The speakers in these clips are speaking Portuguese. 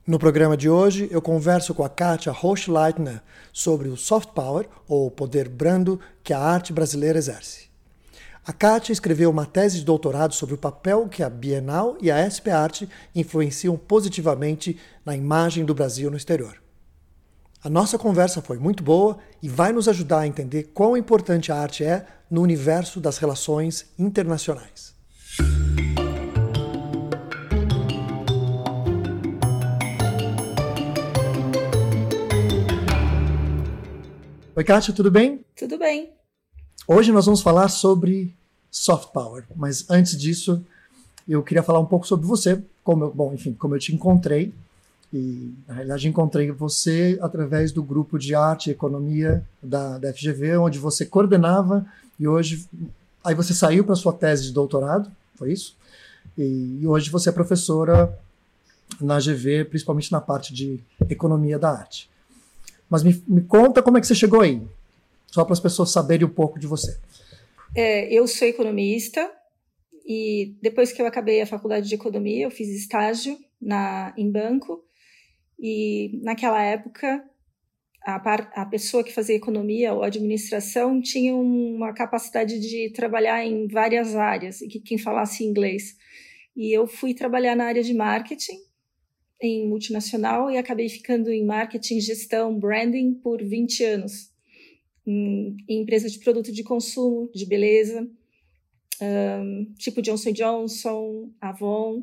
No programa de hoje, eu converso com a Kátia Hochleitner sobre o soft power, ou poder brando, que a arte brasileira exerce. A Kátia escreveu uma tese de doutorado sobre o papel que a Bienal e a SP Arte influenciam positivamente na imagem do Brasil no exterior. A nossa conversa foi muito boa e vai nos ajudar a entender quão importante a arte é no universo das relações internacionais. Oi, Kátia, tudo bem? Tudo bem. Hoje nós vamos falar sobre soft power, mas antes disso, eu queria falar um pouco sobre você, como eu te encontrei, e na realidade encontrei você através do grupo de arte e economia da FGV, onde você coordenava, e hoje, aí você saiu para sua tese de doutorado, foi isso? E hoje você é professora na GV, principalmente na parte de economia da arte. Mas me conta como é que você chegou aí, só para as pessoas saberem um pouco de você. Eu sou economista e depois que eu acabei a faculdade de economia, eu fiz estágio em banco e naquela época a pessoa que fazia economia ou administração tinha uma capacidade de trabalhar em várias áreas e quem falasse inglês. E eu fui trabalhar na área de marketing em multinacional e acabei ficando em marketing, gestão, branding por 20 anos. Em empresa de produto de consumo, de beleza, tipo Johnson & Johnson, Avon.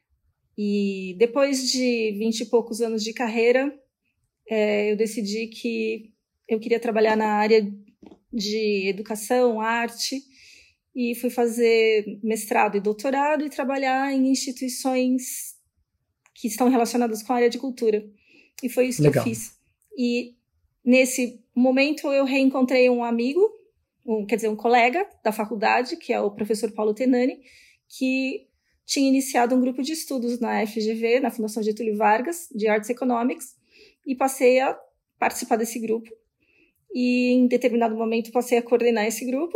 E depois de 20 e poucos anos de carreira, eu decidi que eu queria trabalhar na área de educação, arte, e fui fazer mestrado e doutorado e trabalhar em instituições que estão relacionadas com a área de cultura. E foi isso Legal. que eu fiz. E nesse momento eu reencontrei um amigo, um colega da faculdade, que é o professor Paulo Tenani, que tinha iniciado um grupo de estudos na FGV, na Fundação Getúlio Vargas, de Arts Economics, e passei a participar desse grupo. E em determinado momento passei a coordenar esse grupo,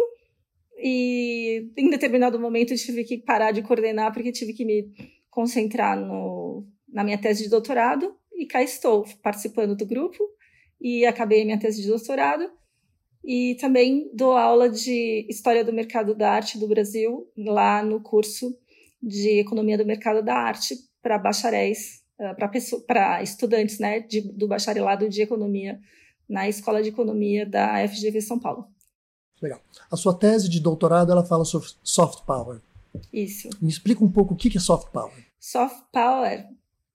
e em determinado momento tive que parar de coordenar, porque tive que me concentrar na minha tese de doutorado, e cá estou, participando do grupo, e acabei minha tese de doutorado, e também dou aula de História do Mercado da Arte do Brasil, lá no curso de Economia do Mercado da Arte, para bacharéis, para estudantes, né, do bacharelado de Economia, na Escola de Economia da FGV São Paulo. Legal. A sua tese de doutorado, ela fala sobre soft power. Isso. Me explica um pouco o que é soft power. Soft power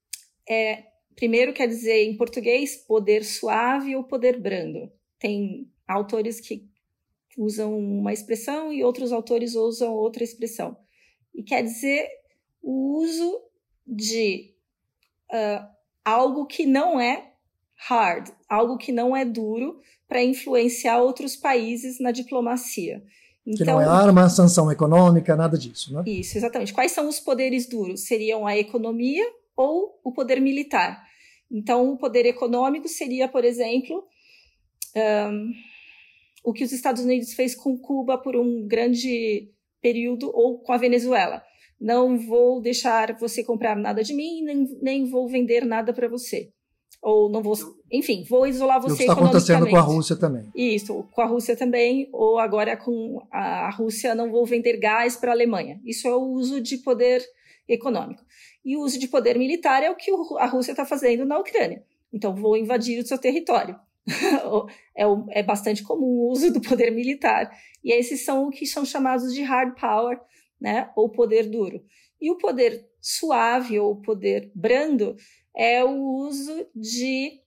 primeiro quer dizer, em português, poder suave ou poder brando. Tem autores que usam uma expressão e outros autores usam outra expressão. E quer dizer o uso de algo que não é hard, algo que não é duro, para influenciar outros países na diplomacia. Que não é arma, sanção econômica, nada disso, né? Isso, exatamente. Quais são os poderes duros? Seriam a economia ou o poder militar. Então, o poder econômico seria, por exemplo, o que os Estados Unidos fez com Cuba por um grande período, ou com a Venezuela. Não vou deixar você comprar nada de mim, nem vou vender nada para você. Ou não vou... Enfim, vou isolar você economicamente. O que está acontecendo com a Rússia também. Isso, com a Rússia também, ou agora com a Rússia não vou vender gás para a Alemanha. Isso é o uso de poder econômico. E o uso de poder militar é o que a Rússia está fazendo na Ucrânia. Então, vou invadir o seu território. É bastante comum o uso do poder militar. E esses são o que são chamados de hard power, né? Ou poder duro. E o poder suave, ou poder brando, é o uso de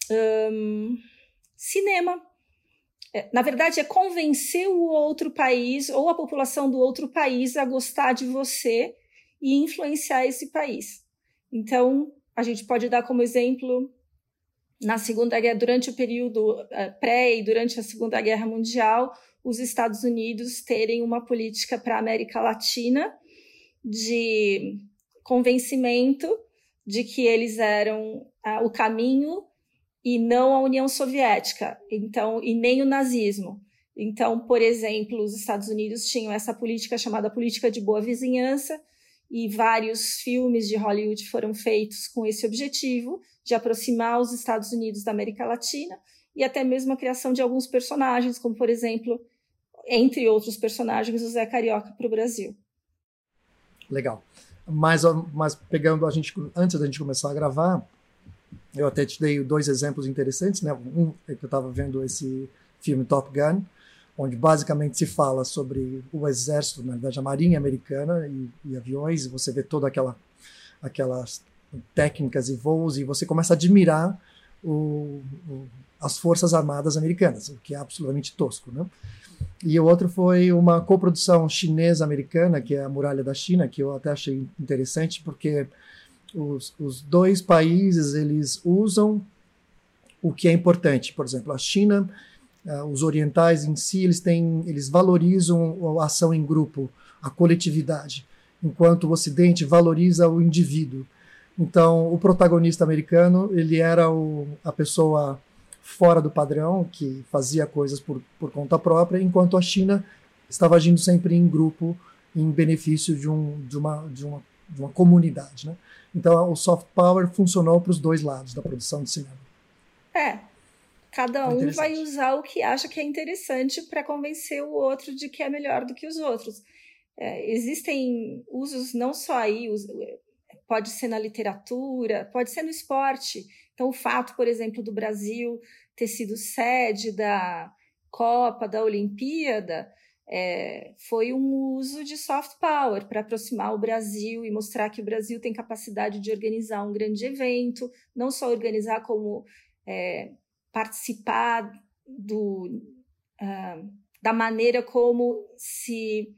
cinema. Na verdade, é convencer o outro país ou a população do outro país a gostar de você e influenciar esse país. Então, a gente pode dar como exemplo, na Segunda Guerra, durante o período pré e durante a Segunda Guerra Mundial, os Estados Unidos terem uma política para a América Latina de convencimento de que eles eram o caminho e não a União Soviética, então, e nem o nazismo. Então, por exemplo, os Estados Unidos tinham essa política chamada política de boa vizinhança, e vários filmes de Hollywood foram feitos com esse objetivo de aproximar os Estados Unidos da América Latina e até mesmo a criação de alguns personagens, como, por exemplo, entre outros personagens, o Zé Carioca para o Brasil. Legal. Mas pegando a gente, antes da gente começar a gravar, eu até te dei 2 exemplos interessantes, né? Um é que eu estava vendo esse filme Top Gun, onde basicamente se fala sobre o exército, na verdade a marinha americana e aviões, e você vê toda aquelas técnicas e voos, e você começa a admirar as forças armadas americanas, o que é absolutamente tosco, né? E o outro foi uma coprodução chinesa-americana, que é a Muralha da China, que eu até achei interessante, porque os 2 países, eles usam o que é importante. Por exemplo, a China, os orientais em si, eles valorizam a ação em grupo, a coletividade, enquanto o Ocidente valoriza o indivíduo. Então, o protagonista americano, ele era a pessoa fora do padrão, que fazia coisas por conta própria, enquanto a China estava agindo sempre em grupo, em benefício de uma comunidade, né? Então, o soft power funcionou para os 2 lados da produção de cinema. Cada um vai usar o que acha que é interessante para convencer o outro de que é melhor do que os outros. Existem usos não só aí, pode ser na literatura, pode ser no esporte. Então, o fato, por exemplo, do Brasil ter sido sede da Copa, da Olimpíada, foi um uso de soft power para aproximar o Brasil e mostrar que o Brasil tem capacidade de organizar um grande evento, não só organizar, como participar da maneira como se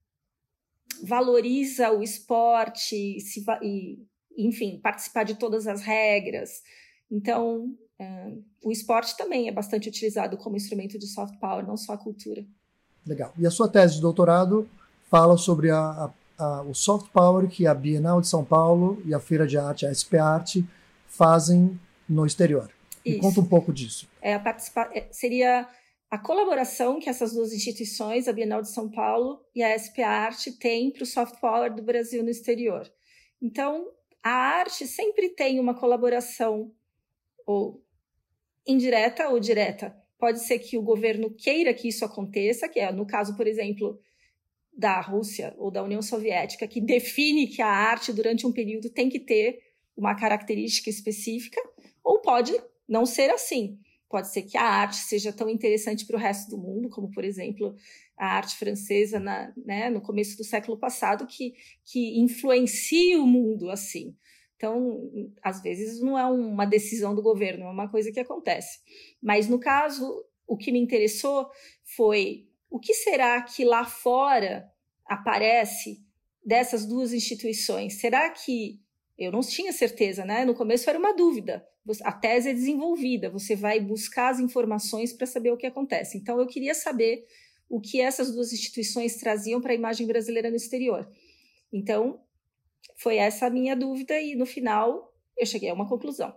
valoriza o esporte, enfim, participar de todas as regras. Então, o esporte também é bastante utilizado como instrumento de soft power, não só a cultura. Legal. E a sua tese de doutorado fala sobre o soft power que a Bienal de São Paulo e a Feira de Arte, a SP Arte, fazem no exterior. Me conta um pouco disso. Seria a colaboração que essas 2 instituições, a Bienal de São Paulo e a SP Arte, têm para o soft power do Brasil no exterior. Então, a arte sempre tem uma colaboração, ou indireta ou direta. Pode ser que o governo queira que isso aconteça, que é no caso, por exemplo, da Rússia ou da União Soviética, que define que a arte durante um período tem que ter uma característica específica, ou pode não ser assim. Pode ser que a arte seja tão interessante para o resto do mundo, como, por exemplo, a arte francesa no começo do século passado, que influencia o mundo assim. Então, às vezes, não é uma decisão do governo, é uma coisa que acontece. Mas, no caso, o que me interessou foi o que será que lá fora aparece dessas 2 instituições? Será que... Eu não tinha certeza, né? No começo era uma dúvida. A tese é desenvolvida, você vai buscar as informações para saber o que acontece. Então, eu queria saber o que essas 2 instituições traziam para a imagem brasileira no exterior. Então, foi essa a minha dúvida e, no final, eu cheguei a uma conclusão.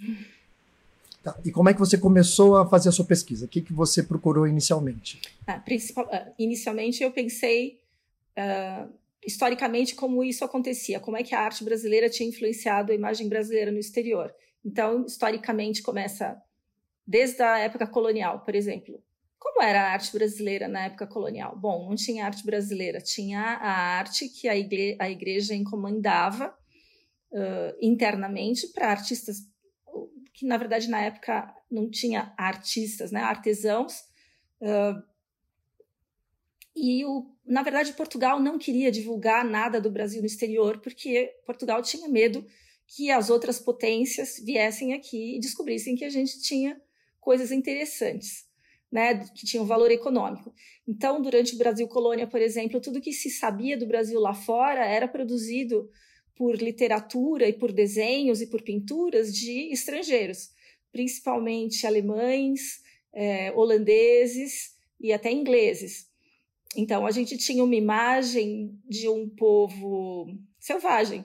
Tá. E como é que você começou a fazer a sua pesquisa? O que você procurou inicialmente? Inicialmente, eu pensei historicamente como isso acontecia, como é que a arte brasileira tinha influenciado a imagem brasileira no exterior. Então, historicamente, começa desde a época colonial, por exemplo. Como era a arte brasileira na época colonial? Bom, não tinha arte brasileira, tinha a arte que a igreja encomendava internamente para artistas, que na verdade na época não tinha artistas, né, artesãos. Na verdade, Portugal não queria divulgar nada do Brasil no exterior, porque Portugal tinha medo que as outras potências viessem aqui e descobrissem que a gente tinha coisas interessantes, né, que tinham valor econômico. Então, durante o Brasil Colônia, por exemplo, tudo que se sabia do Brasil lá fora era produzido por literatura e por desenhos e por pinturas de estrangeiros, principalmente alemães, holandeses e até ingleses. Então, a gente tinha uma imagem de um povo selvagem.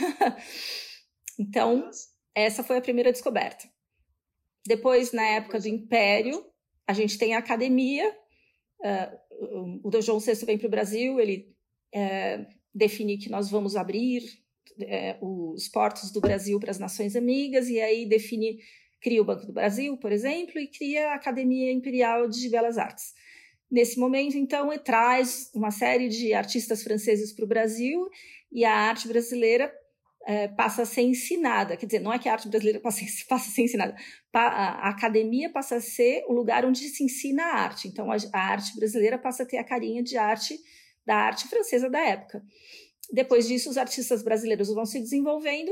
Então, essa foi a primeira descoberta. Depois, na época do Império, a gente tem a academia. O Dom João VI vem para o Brasil, ele definir que nós vamos abrir os portos do Brasil para as nações amigas, e aí cria o Banco do Brasil, por exemplo, e cria a Academia Imperial de Belas Artes. Nesse momento, então, traz uma série de artistas franceses para o Brasil, e a arte brasileira passa a ser ensinada. Quer dizer, não é que a arte brasileira passa a ser ensinada, a academia passa a ser o lugar onde se ensina a arte. Então, a arte brasileira passa a ter a carinha de arte da arte francesa da época. Depois disso, os artistas brasileiros vão se desenvolvendo,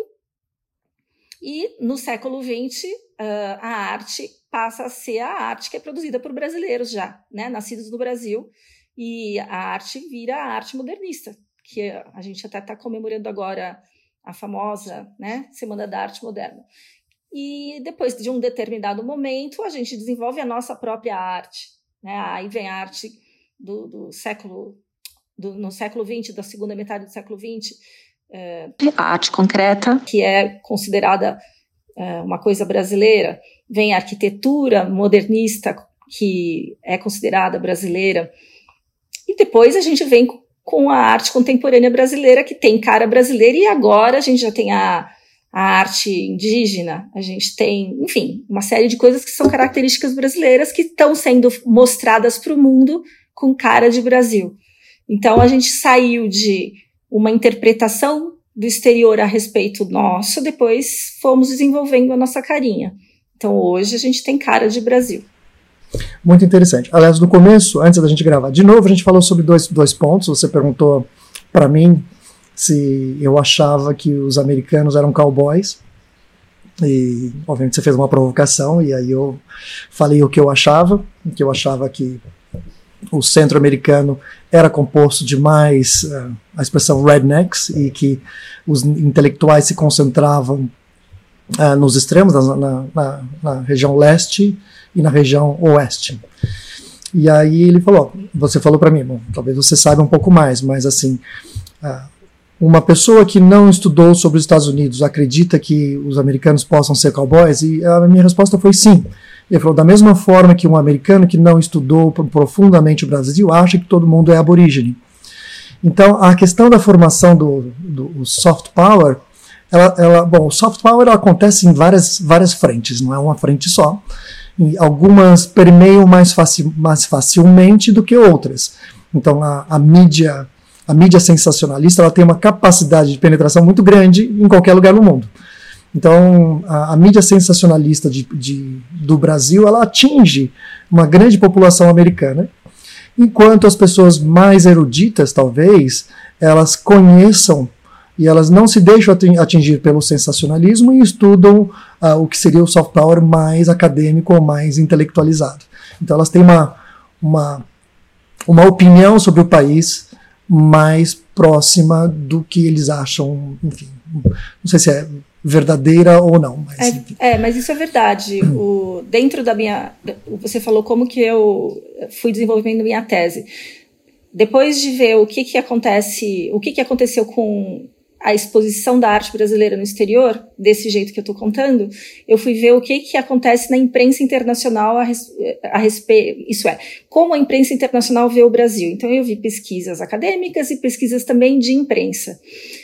e no século XX, a arte passa a ser a arte que é produzida por brasileiros já, né, nascidos no Brasil, e a arte vira a arte modernista, que a gente até está comemorando agora a famosa, né, Semana da Arte Moderna. E depois de um determinado momento, a gente desenvolve a nossa própria arte, né? Aí vem a arte no século XX, da segunda metade do século XX, a arte concreta, que é considerada uma coisa brasileira. Vem a arquitetura modernista, que é considerada brasileira. E depois a gente vem com a arte contemporânea brasileira, que tem cara brasileira, e agora a gente já tem a arte indígena, a gente tem, enfim, uma série de coisas que são características brasileiras que estão sendo mostradas para o mundo com cara de Brasil. Então, a gente saiu de uma interpretação do exterior a respeito nosso, depois fomos desenvolvendo a nossa carinha. Então, hoje a gente tem cara de Brasil. Muito interessante. Aliás, no começo, antes da gente gravar de novo, a gente falou sobre dois pontos. Você perguntou para mim se eu achava que os americanos eram cowboys. E, obviamente, você fez uma provocação, e aí eu falei o que eu achava que o centro-americano era composto de mais, a expressão rednecks, e que os intelectuais se concentravam nos extremos, na região leste e na região oeste. E aí ele falou, você falou para mim, bom, talvez você saiba um pouco mais, mas assim, uma pessoa que não estudou sobre os Estados Unidos acredita que os americanos possam ser cowboys? E a minha resposta foi sim. Ele falou, da mesma forma que um americano que não estudou profundamente o Brasil acha que todo mundo é aborígene. Então, a questão da formação do soft power, o soft power acontece em várias frentes, não é uma frente só. E algumas permeiam mais facilmente do que outras. Então, a mídia sensacionalista, ela tem uma capacidade de penetração muito grande em qualquer lugar no mundo. Então, a mídia sensacionalista do Brasil, ela atinge uma grande população americana, enquanto as pessoas mais eruditas, talvez, elas conheçam e elas não se deixam atingir pelo sensacionalismo e estudam o que seria o soft power mais acadêmico ou mais intelectualizado. Então, elas têm uma opinião sobre o país mais próxima do que eles acham, enfim, não sei se é verdadeira ou não. Mas isso é verdade. Dentro da você falou como que eu fui desenvolvendo minha tese. Depois de ver o que aconteceu com a exposição da arte brasileira no exterior, desse jeito que eu estou contando, eu fui ver o que acontece na imprensa internacional a respeito, isso é, como a imprensa internacional vê o Brasil. Então eu vi pesquisas acadêmicas e pesquisas também de imprensa.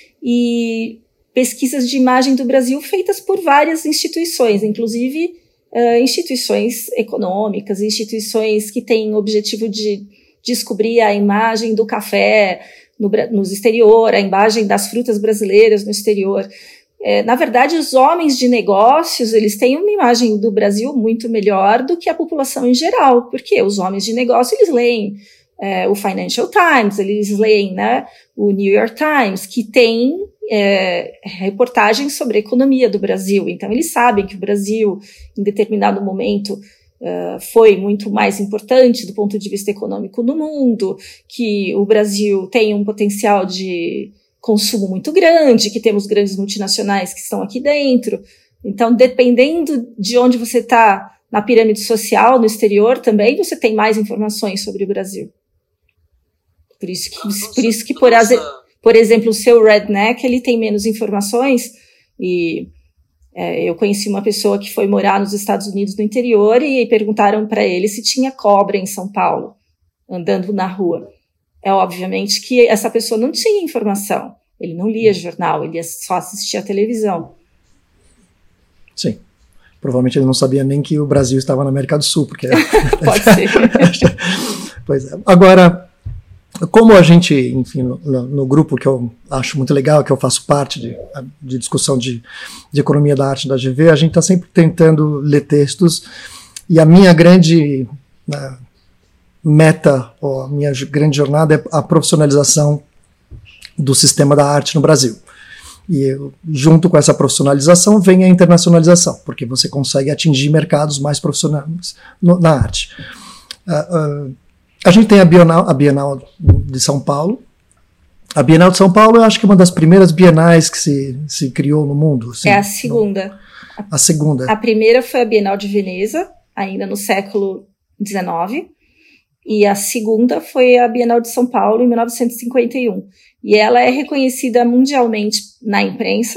E pesquisas de imagem do Brasil feitas por várias instituições, inclusive instituições econômicas, instituições que têm o objetivo de descobrir a imagem do café no exterior, a imagem das frutas brasileiras no exterior. Na verdade, os homens de negócios, eles têm uma imagem do Brasil muito melhor do que a população em geral, porque os homens de negócio, eles leem o Financial Times, eles leem, né, o New York Times, que tem reportagens sobre a economia do Brasil. Então, eles sabem que o Brasil, em determinado momento, foi muito mais importante do ponto de vista econômico no mundo, que o Brasil tem um potencial de consumo muito grande, que temos grandes multinacionais que estão aqui dentro. Então, dependendo de onde você está na pirâmide social, no exterior também, você tem mais informações sobre o Brasil. Por isso que por exemplo, o seu redneck, ele tem menos informações, e eu conheci uma pessoa que foi morar nos Estados Unidos no interior e perguntaram para ele se tinha cobra em São Paulo, andando na rua. é obviamente que essa pessoa não tinha informação. Ele não lia jornal, ele só assistia a televisão. Sim. Provavelmente ele não sabia nem que o Brasil estava na América do Sul, porque... Pode ser. Pois é. Agora, como a gente, enfim, no grupo que eu acho muito legal, que eu faço parte de discussão de economia da arte da GV, a gente está sempre tentando ler textos, e a minha grande meta, ou a minha grande jornada é a profissionalização do sistema da arte no Brasil. E junto com essa profissionalização vem a internacionalização, porque você consegue atingir mercados mais profissionais na arte. A gente tem a Bienal de São Paulo. A Bienal de São Paulo eu acho que é uma das primeiras bienais que se criou no mundo. Assim, é a segunda. A segunda. A primeira foi a Bienal de Veneza, ainda no século XIX, e a segunda foi a Bienal de São Paulo, em 1951. E ela é reconhecida mundialmente na imprensa.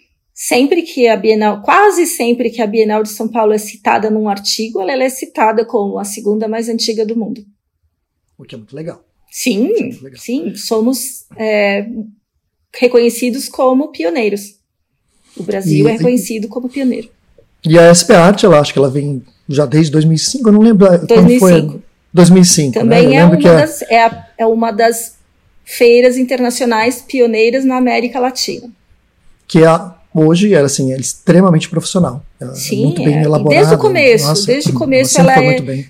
Quase sempre que a Bienal de São Paulo é citada num artigo, ela é citada como a segunda mais antiga do mundo. O que é muito legal. Sim, muito legal. Sim, somos reconhecidos como pioneiros. O Brasil é reconhecido como pioneiro. E a SP Art, eu acho que ela vem já desde 2005, eu não lembro 2005. Quando foi. 2005, também né? é uma das feiras internacionais pioneiras na América Latina. Que hoje é extremamente profissional. Sim, é muito bem elaborada. Desde o começo ela muito bem.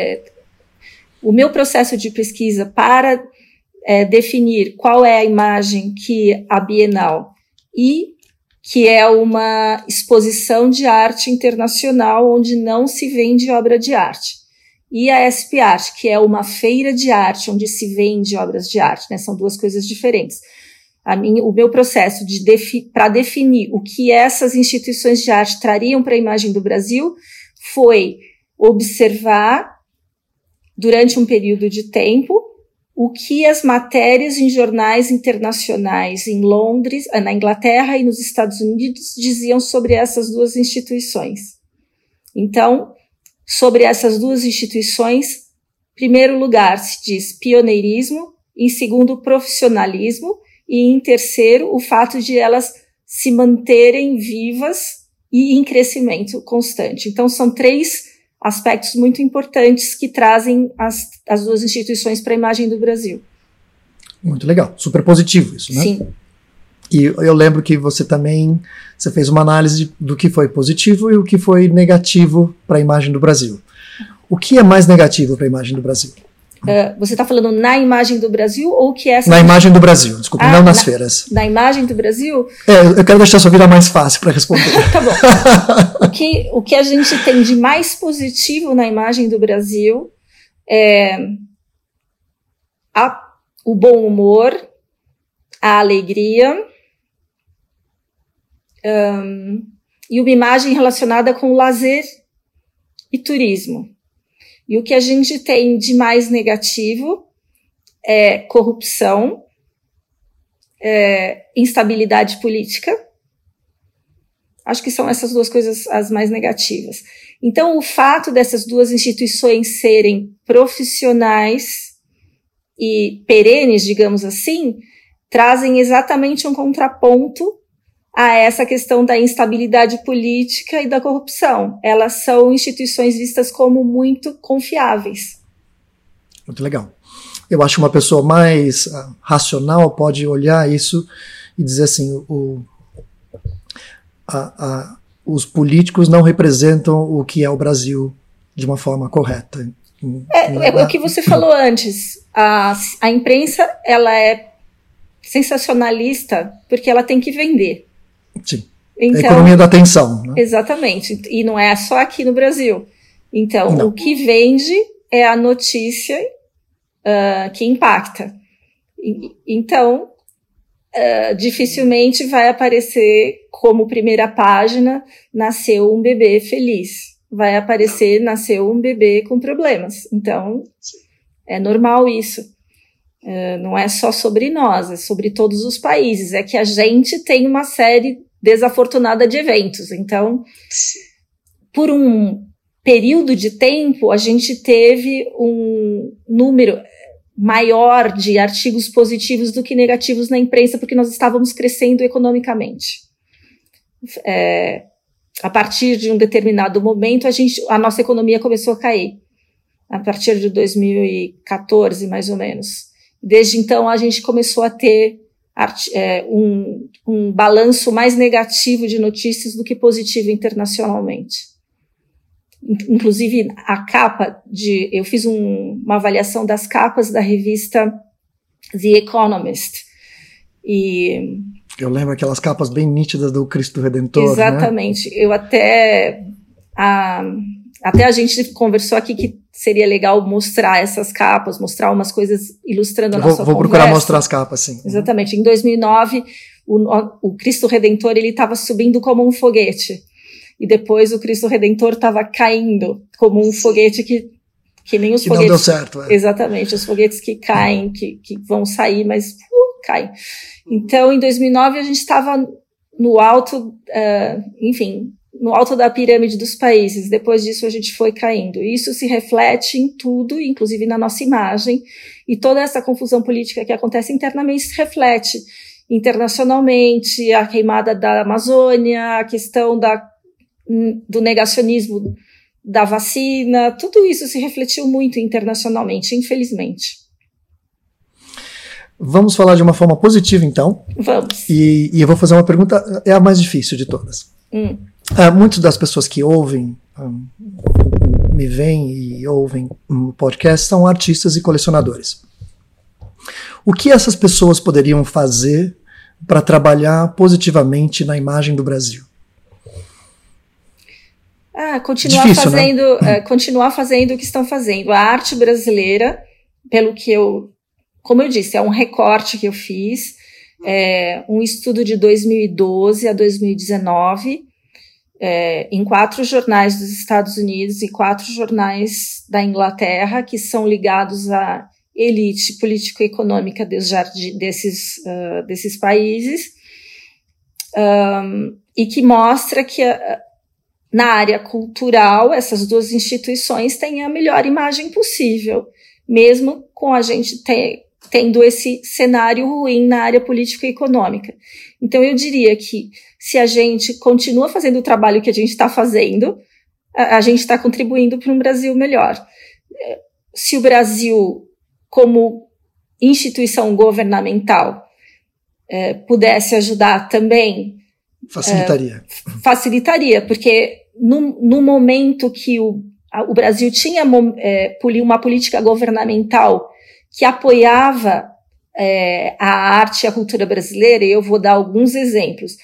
O meu processo de pesquisa para definir qual é a imagem que a Bienal que é uma exposição de arte internacional onde não se vende obra de arte. E a SP Art, que é uma feira de arte onde se vende obras de arte, né? São duas coisas diferentes. O meu processo para definir o que essas instituições de arte trariam para a imagem do Brasil foi observar, durante um período de tempo, o que as matérias em jornais internacionais em Londres, na Inglaterra e nos Estados Unidos diziam sobre essas duas instituições. Então, sobre essas duas instituições, em primeiro lugar se diz pioneirismo, em segundo profissionalismo e em terceiro o fato de elas se manterem vivas e em crescimento constante. Então são três aspectos muito importantes que trazem as duas instituições para a imagem do Brasil. Muito legal, super positivo isso, né? Sim. E eu lembro que você fez uma análise do que foi positivo e o que foi negativo para a imagem do Brasil. O que é mais negativo para a imagem do Brasil? Você está falando na imagem do Brasil ou que essa... Na imagem do Brasil, desculpa, não nas feiras. Na imagem do Brasil? Eu quero deixar a sua vida mais fácil para responder. Tá bom. O que a gente tem de mais positivo na imagem do Brasil é o bom humor, a alegria, e uma imagem relacionada com lazer e turismo. E o que a gente tem de mais negativo é corrupção, instabilidade política. Acho que são essas duas coisas as mais negativas. Então, o fato dessas duas instituições serem profissionais e perenes, digamos assim, trazem exatamente um contraponto a essa questão da instabilidade política e da corrupção. Elas são instituições vistas como muito confiáveis. Muito legal. Eu acho que uma pessoa mais racional pode olhar isso e dizer assim, os políticos não representam o que é o Brasil de uma forma correta. É o que você falou antes. A imprensa ela é sensacionalista porque ela tem que vender. Sim. Então, a economia da atenção. Né? Exatamente. E não é só aqui no Brasil. Então, não. O que vende é a notícia que impacta. Então, dificilmente vai aparecer como primeira página nasceu um bebê feliz. Vai aparecer nasceu um bebê com problemas. Então, é normal isso. Não é só sobre nós, é sobre todos os países. É que a gente tem uma série desafortunada de eventos. Então, por um período de tempo, a gente teve um número... maior de artigos positivos do que negativos na imprensa, porque nós estávamos crescendo economicamente. A partir de um determinado momento, a nossa economia começou a cair, a partir de 2014, mais ou menos. Desde então, a gente começou a ter um balanço mais negativo de notícias do que positivo internacionalmente. Inclusive, eu fiz uma avaliação das capas da revista The Economist. E eu lembro aquelas capas bem nítidas do Cristo Redentor. Exatamente. Né? Eu até a gente conversou aqui que seria legal mostrar essas capas, mostrar umas coisas ilustrando a nossa conversa. Vou procurar mostrar as capas, sim. Exatamente. Em 2009, o Cristo Redentor ele estava subindo como um foguete. E depois o Cristo Redentor estava caindo como um foguete que nem os foguetes. Não deu certo. Exatamente, os foguetes que caem, que vão sair, mas caem. Então, em 2009, a gente estava no alto, no alto da pirâmide dos países. Depois disso, a gente foi caindo. Isso se reflete em tudo, inclusive na nossa imagem. E toda essa confusão política que acontece internamente se reflete internacionalmente, a queimada da Amazônia, a questão do negacionismo da vacina, tudo isso se refletiu muito internacionalmente, infelizmente. Vamos falar de uma forma positiva, então. Vamos. E eu vou fazer uma pergunta, é a mais difícil de todas. Muitas das pessoas que ouvem, me veem e ouvem o podcast são artistas e colecionadores. O que essas pessoas poderiam fazer para trabalhar positivamente na imagem do Brasil? Continuar fazendo o que estão fazendo. A arte brasileira, como eu disse, é um recorte que eu fiz, um estudo de 2012 a 2019, em 4 jornais dos Estados Unidos e 4 jornais da Inglaterra, que são ligados à elite político-econômica desses países, e que mostra que na área cultural, essas 2 instituições têm a melhor imagem possível, mesmo com a gente tendo esse cenário ruim na área política e econômica. Então, eu diria que se a gente continua fazendo o trabalho que a gente está fazendo, a gente está contribuindo para um Brasil melhor. Se o Brasil, como instituição governamental, pudesse ajudar também, facilitaria, porque no momento que o Brasil tinha uma política governamental que apoiava a arte e a cultura brasileira, e eu vou dar alguns exemplos.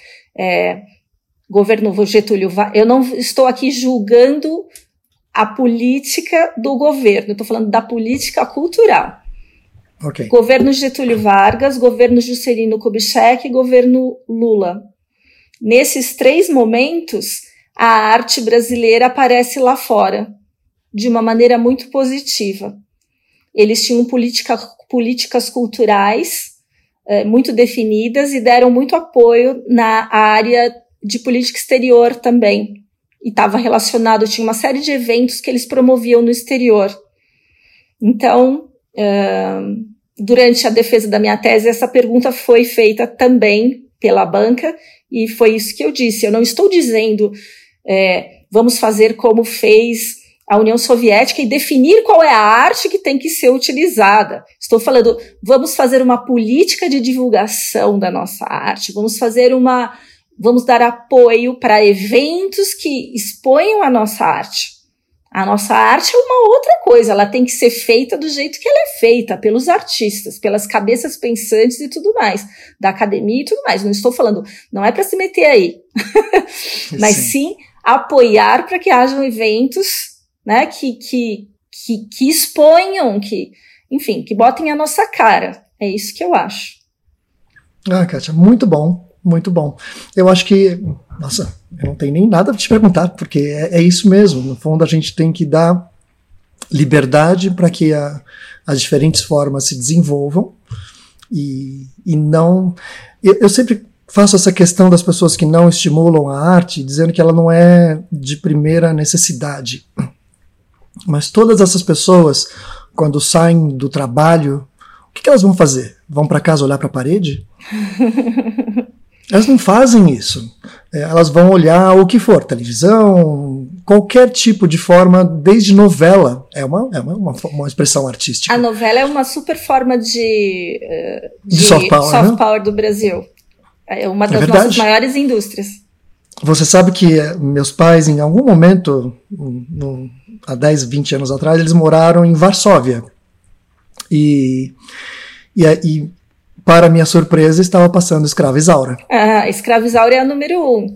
Governo Getúlio Vargas, eu não estou aqui julgando a política do governo, estou falando da política cultural. Okay. Governo Getúlio Vargas, governo Juscelino Kubitschek e governo Lula. Nesses 3 momentos, a arte brasileira aparece lá fora, de uma maneira muito positiva. Eles tinham políticas culturais muito definidas e deram muito apoio na área de política exterior também. E estava relacionado, tinha uma série de eventos que eles promoviam no exterior. Então, durante a defesa da minha tese, essa pergunta foi feita também pela banca, e foi isso que eu disse. Eu não estou dizendo vamos fazer como fez a União Soviética e definir qual é a arte que tem que ser utilizada. Estou falando, vamos fazer uma política de divulgação da nossa arte, vamos dar apoio para eventos que exponham a nossa arte. A nossa arte é uma outra coisa, ela tem que ser feita do jeito que ela é feita, pelos artistas, pelas cabeças pensantes e tudo mais, da academia e tudo mais. Não estou falando, não é para se meter aí, mas sim apoiar para que hajam eventos, né, que exponham, que botem a nossa cara. É isso que eu acho. Kátia, muito bom, muito bom. Eu acho que, eu não tenho nem nada para te perguntar, porque é isso mesmo. No fundo, a gente tem que dar liberdade para que as diferentes formas se desenvolvam e não... Eu sempre faço essa questão das pessoas que não estimulam a arte, dizendo que ela não é de primeira necessidade. Mas todas essas pessoas quando saem do trabalho, o que elas vão fazer? Vão para casa olhar para a parede? Elas não fazem isso. Elas vão olhar o que for, televisão, qualquer tipo de forma, desde novela. É uma expressão artística. A novela é uma super forma de soft power, do Brasil. É uma das nossas maiores indústrias. Você sabe que meus pais, em algum momento, há 10, 20 anos atrás, eles moraram em Varsóvia. E para minha surpresa, estava passando Escrava Isaura. Escrava Isaura é a número 1.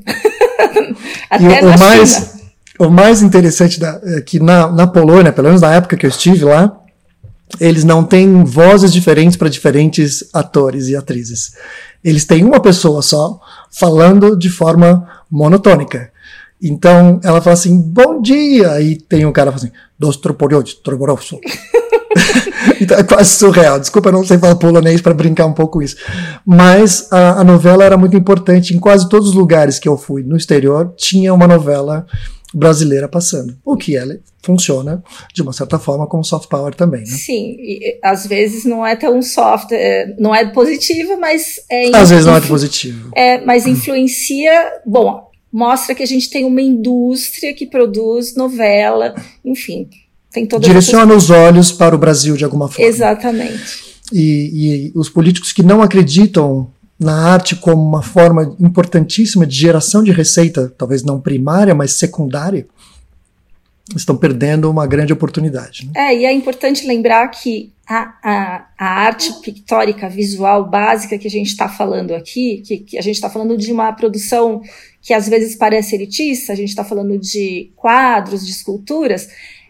Até o mais interessante é que na Polônia, pelo menos na época que eu estive lá, eles não têm vozes diferentes para diferentes atores e atrizes. Eles têm uma pessoa só falando de forma monotônica. Então ela fala assim, bom dia, e tem um cara que fala assim, dos troborowso. Então é quase surreal. Desculpa, eu não sei falar polonês para brincar um pouco com isso. Mas a novela era muito importante. Em quase todos os lugares que eu fui no exterior, tinha uma novela brasileira passando. O que ela funciona, de uma certa forma, como soft power também, né? Sim, e às vezes não é tão soft, não é positivo, mas... às vezes não é positivo. Mas influencia... Bom, mostra que a gente tem uma indústria que produz novela, enfim... Direciona os olhos para o Brasil de alguma forma. Exatamente. E os políticos que não acreditam na arte como uma forma importantíssima de geração de receita, talvez não primária, mas secundária, estão perdendo uma grande oportunidade. Né? E é importante lembrar que a arte pictórica, visual, básica que a gente está falando aqui, que a gente está falando de uma produção que às vezes parece elitista, a gente está falando de quadros, de esculturas.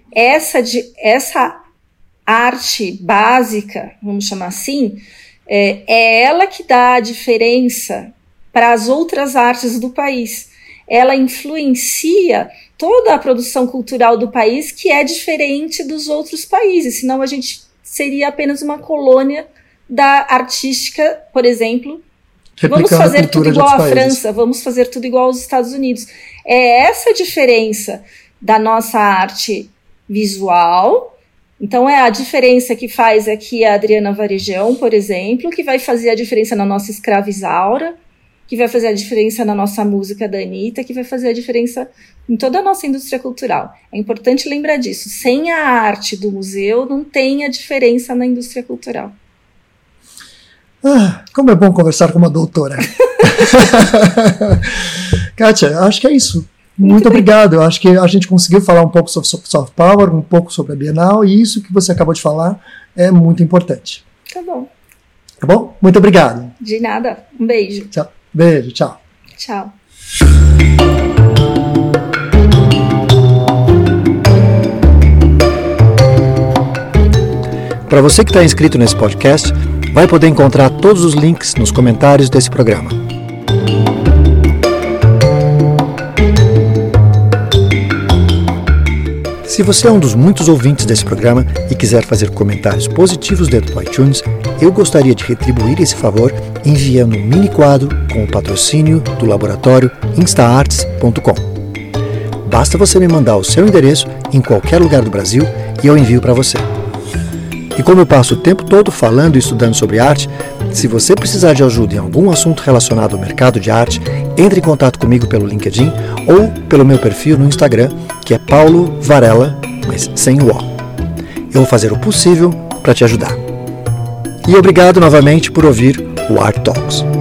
Essa arte básica, vamos chamar assim, é ela que dá a diferença para as outras artes do país. Ela influencia toda a produção cultural do país, que é diferente dos outros países, senão a gente seria apenas uma colônia da artística, por exemplo. Vamos fazer tudo igual à França, vamos fazer tudo igual aos Estados Unidos. É essa a diferença da nossa arte visual. Então é a diferença que faz aqui a Adriana Varejão, por exemplo, que vai fazer a diferença na nossa Escrava Isaura, que vai fazer a diferença na nossa música da Anitta, que vai fazer a diferença em toda a nossa indústria cultural. É importante lembrar disso. Sem a arte do museu, não tem a diferença na indústria cultural. Como é bom conversar com uma doutora. Kátia, acho que é isso. Muito obrigado. Eu acho que a gente conseguiu falar um pouco sobre soft power, um pouco sobre a Bienal, e isso que você acabou de falar é muito importante. Tá bom. Tá bom? Muito obrigado. De nada. Um beijo. Tchau. Beijo, tchau. Tchau. Para você que está inscrito nesse podcast, vai poder encontrar todos os links nos comentários desse programa. Se você é um dos muitos ouvintes desse programa e quiser fazer comentários positivos dentro do iTunes, eu gostaria de retribuir esse favor enviando um mini quadro com o patrocínio do laboratório instaarts.com. Basta você me mandar o seu endereço em qualquer lugar do Brasil e eu envio para você. E como eu passo o tempo todo falando e estudando sobre arte, se você precisar de ajuda em algum assunto relacionado ao mercado de arte, entre em contato comigo pelo LinkedIn ou pelo meu perfil no Instagram, que é Paulo Varela, mas sem o O. Eu vou fazer o possível para te ajudar. E obrigado novamente por ouvir o Art Talks.